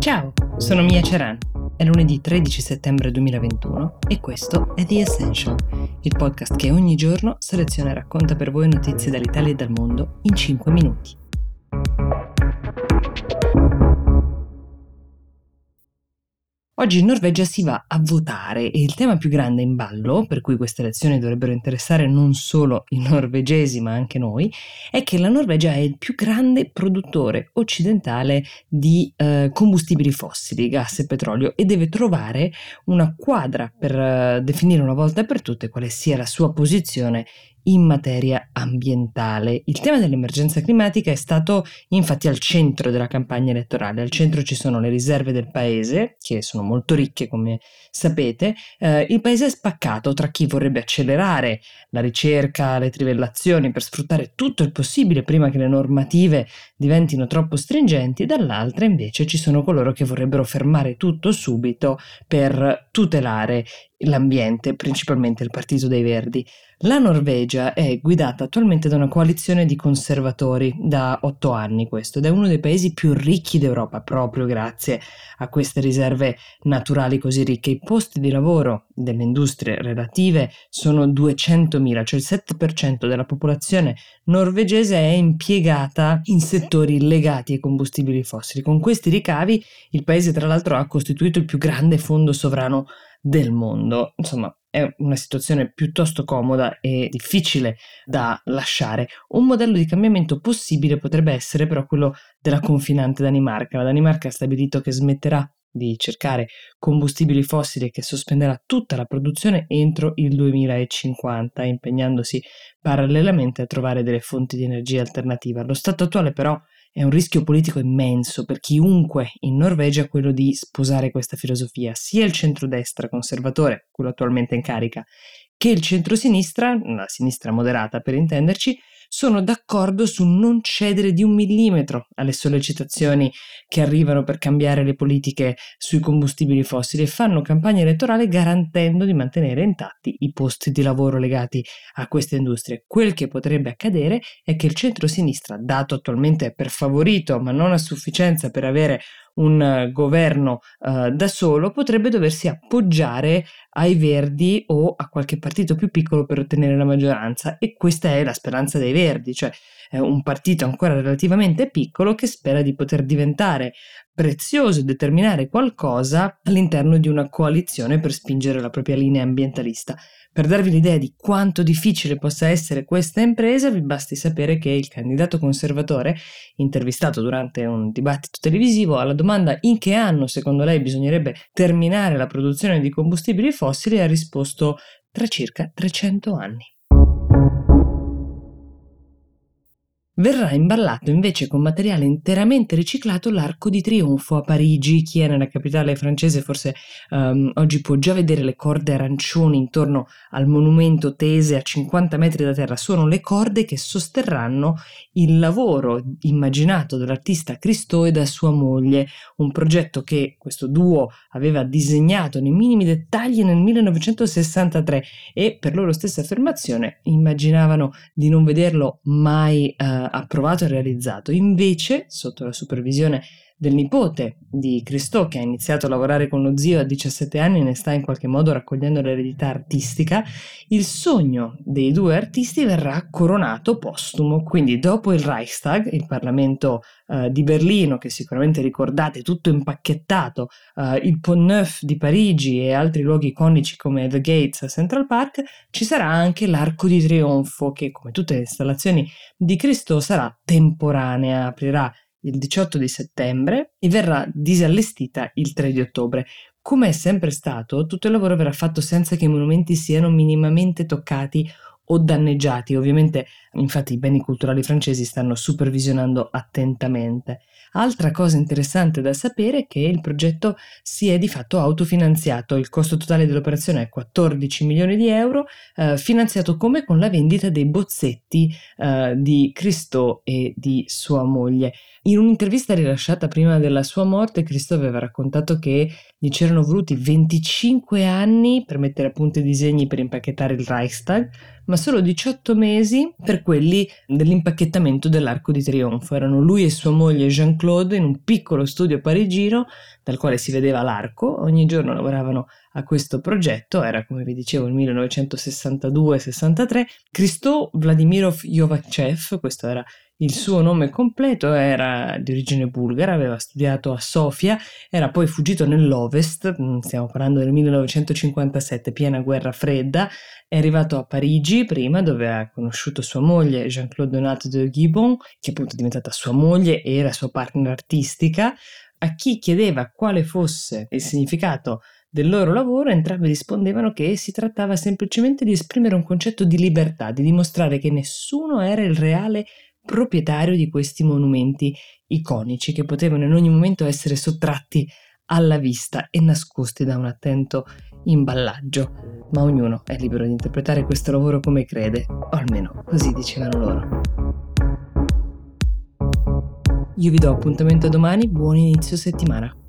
Ciao, sono Mia Ceran. È lunedì 13 settembre 2021 e questo è The Essential, il podcast che ogni giorno seleziona e racconta per voi notizie dall'Italia e dal mondo in 5 minuti. Oggi in Norvegia si va a votare e il tema più grande in ballo, per cui queste elezioni dovrebbero interessare non solo i norvegesi ma anche noi, è che la Norvegia è il più grande produttore occidentale di combustibili fossili, gas e petrolio, e deve trovare una quadra per definire una volta per tutte quale sia la sua posizione in materia ambientale. Il tema dell'emergenza climatica è stato infatti al centro della campagna elettorale. Al centro ci sono le riserve del paese, che sono molto ricche come sapete. Il paese è spaccato tra chi vorrebbe accelerare la ricerca, le trivellazioni per sfruttare tutto il possibile prima che le normative diventino troppo stringenti, e dall'altra invece ci sono coloro che vorrebbero fermare tutto subito per tutelare l'ambiente, principalmente il Partito dei Verdi. La Norvegia è guidata attualmente da una coalizione di conservatori da 8 anni questo, ed è uno dei paesi più ricchi d'Europa proprio grazie a queste riserve naturali così ricche. I posti di lavoro delle industrie relative sono 200.000, cioè il 7% della popolazione norvegese è impiegata in settori legati ai combustibili fossili. Con questi ricavi il paese tra l'altro ha costituito il più grande fondo sovrano del mondo. Insomma, è una situazione piuttosto comoda e difficile da lasciare. Un modello di cambiamento possibile potrebbe essere però quello della confinante Danimarca. La Danimarca ha stabilito che smetterà di cercare combustibili fossili e che sospenderà tutta la produzione entro il 2050, impegnandosi parallelamente a trovare delle fonti di energia alternativa. Allo stato attuale però è un rischio politico immenso per chiunque in Norvegia quello di sposare questa filosofia. Sia il centrodestra conservatore, quello attualmente in carica, che il centrosinistra, la sinistra moderata per intenderci, sono d'accordo su non cedere di 1 millimetro alle sollecitazioni che arrivano per cambiare le politiche sui combustibili fossili e fanno campagna elettorale garantendo di mantenere intatti i posti di lavoro legati a queste industrie. Quel che potrebbe accadere è che il centrosinistra, dato attualmente per favorito ma non a sufficienza per avere un governo da solo, potrebbe doversi appoggiare ai Verdi o a qualche partito più piccolo per ottenere la maggioranza, e questa è la speranza dei Verdi, cioè è un partito ancora relativamente piccolo che spera di poter diventare prezioso e determinare qualcosa all'interno di una coalizione per spingere la propria linea ambientalista. Per darvi l'idea di quanto difficile possa essere questa impresa, vi basti sapere che il candidato conservatore, intervistato durante un dibattito televisivo, alla domanda in che anno secondo lei bisognerebbe terminare la produzione di combustibili fossili, ha risposto tra circa 300 anni. Verrà imballato invece con materiale interamente riciclato l'Arco di Trionfo a Parigi. Chi è nella capitale francese forse oggi può già vedere le corde arancioni intorno al monumento tese a 50 metri da terra. Sono le corde che sosterranno il lavoro immaginato dall'artista Christo e da sua moglie, un progetto che questo duo aveva disegnato nei minimi dettagli nel 1963 e, per loro stessa affermazione, immaginavano di non vederlo mai approvato e realizzato. Invece, sotto la supervisione del nipote di Christo, che ha iniziato a lavorare con lo zio a 17 anni e ne sta in qualche modo raccogliendo l'eredità artistica, il sogno dei due artisti verrà coronato postumo. Quindi dopo il Reichstag, il Parlamento di Berlino, che sicuramente ricordate tutto impacchettato, il Pont Neuf di Parigi e altri luoghi iconici come The Gates a Central Park, ci sarà anche l'Arco di Trionfo che, come tutte le installazioni di Christo, sarà temporanea, aprirà il 18 di settembre e verrà disallestita il 3 di ottobre. Come è sempre stato, tutto il lavoro verrà fatto senza che i monumenti siano minimamente toccati o danneggiati. Ovviamente, infatti, i beni culturali francesi stanno supervisionando attentamente. Altra cosa interessante da sapere è che il progetto si è di fatto autofinanziato. Il costo totale dell'operazione è 14 milioni di euro, finanziato come con la vendita dei bozzetti di Christo e di sua moglie. In un'intervista rilasciata prima della sua morte, Christo aveva raccontato che gli c'erano voluti 25 anni per mettere a punto i disegni per impacchettare il Reichstag, ma solo 18 mesi per per quelli dell'impacchettamento dell'Arco di Trionfo. Erano lui e sua moglie Jean-Claude in un piccolo studio parigino dal quale si vedeva l'arco. Ogni giorno lavoravano a questo progetto, era come vi dicevo il 1962-63. Christo Vladimirov Jovachev, questo era il suo nome completo, era di origine bulgara, aveva studiato a Sofia, era poi fuggito nell'Ovest, stiamo parlando del 1957, piena guerra fredda, è arrivato a Parigi prima, dove ha conosciuto sua moglie Jean-Claude Donat de Gibbon, che appunto è diventata sua moglie e era sua partner artistica. A chi chiedeva quale fosse il significato del loro lavoro, entrambi rispondevano che si trattava semplicemente di esprimere un concetto di libertà, di dimostrare che nessuno era il reale proprietario di questi monumenti iconici, che potevano in ogni momento essere sottratti alla vista e nascosti da un attento imballaggio. Ma ognuno è libero di interpretare questo lavoro come crede, o almeno così dicevano loro. Io vi do appuntamento domani, buon inizio settimana.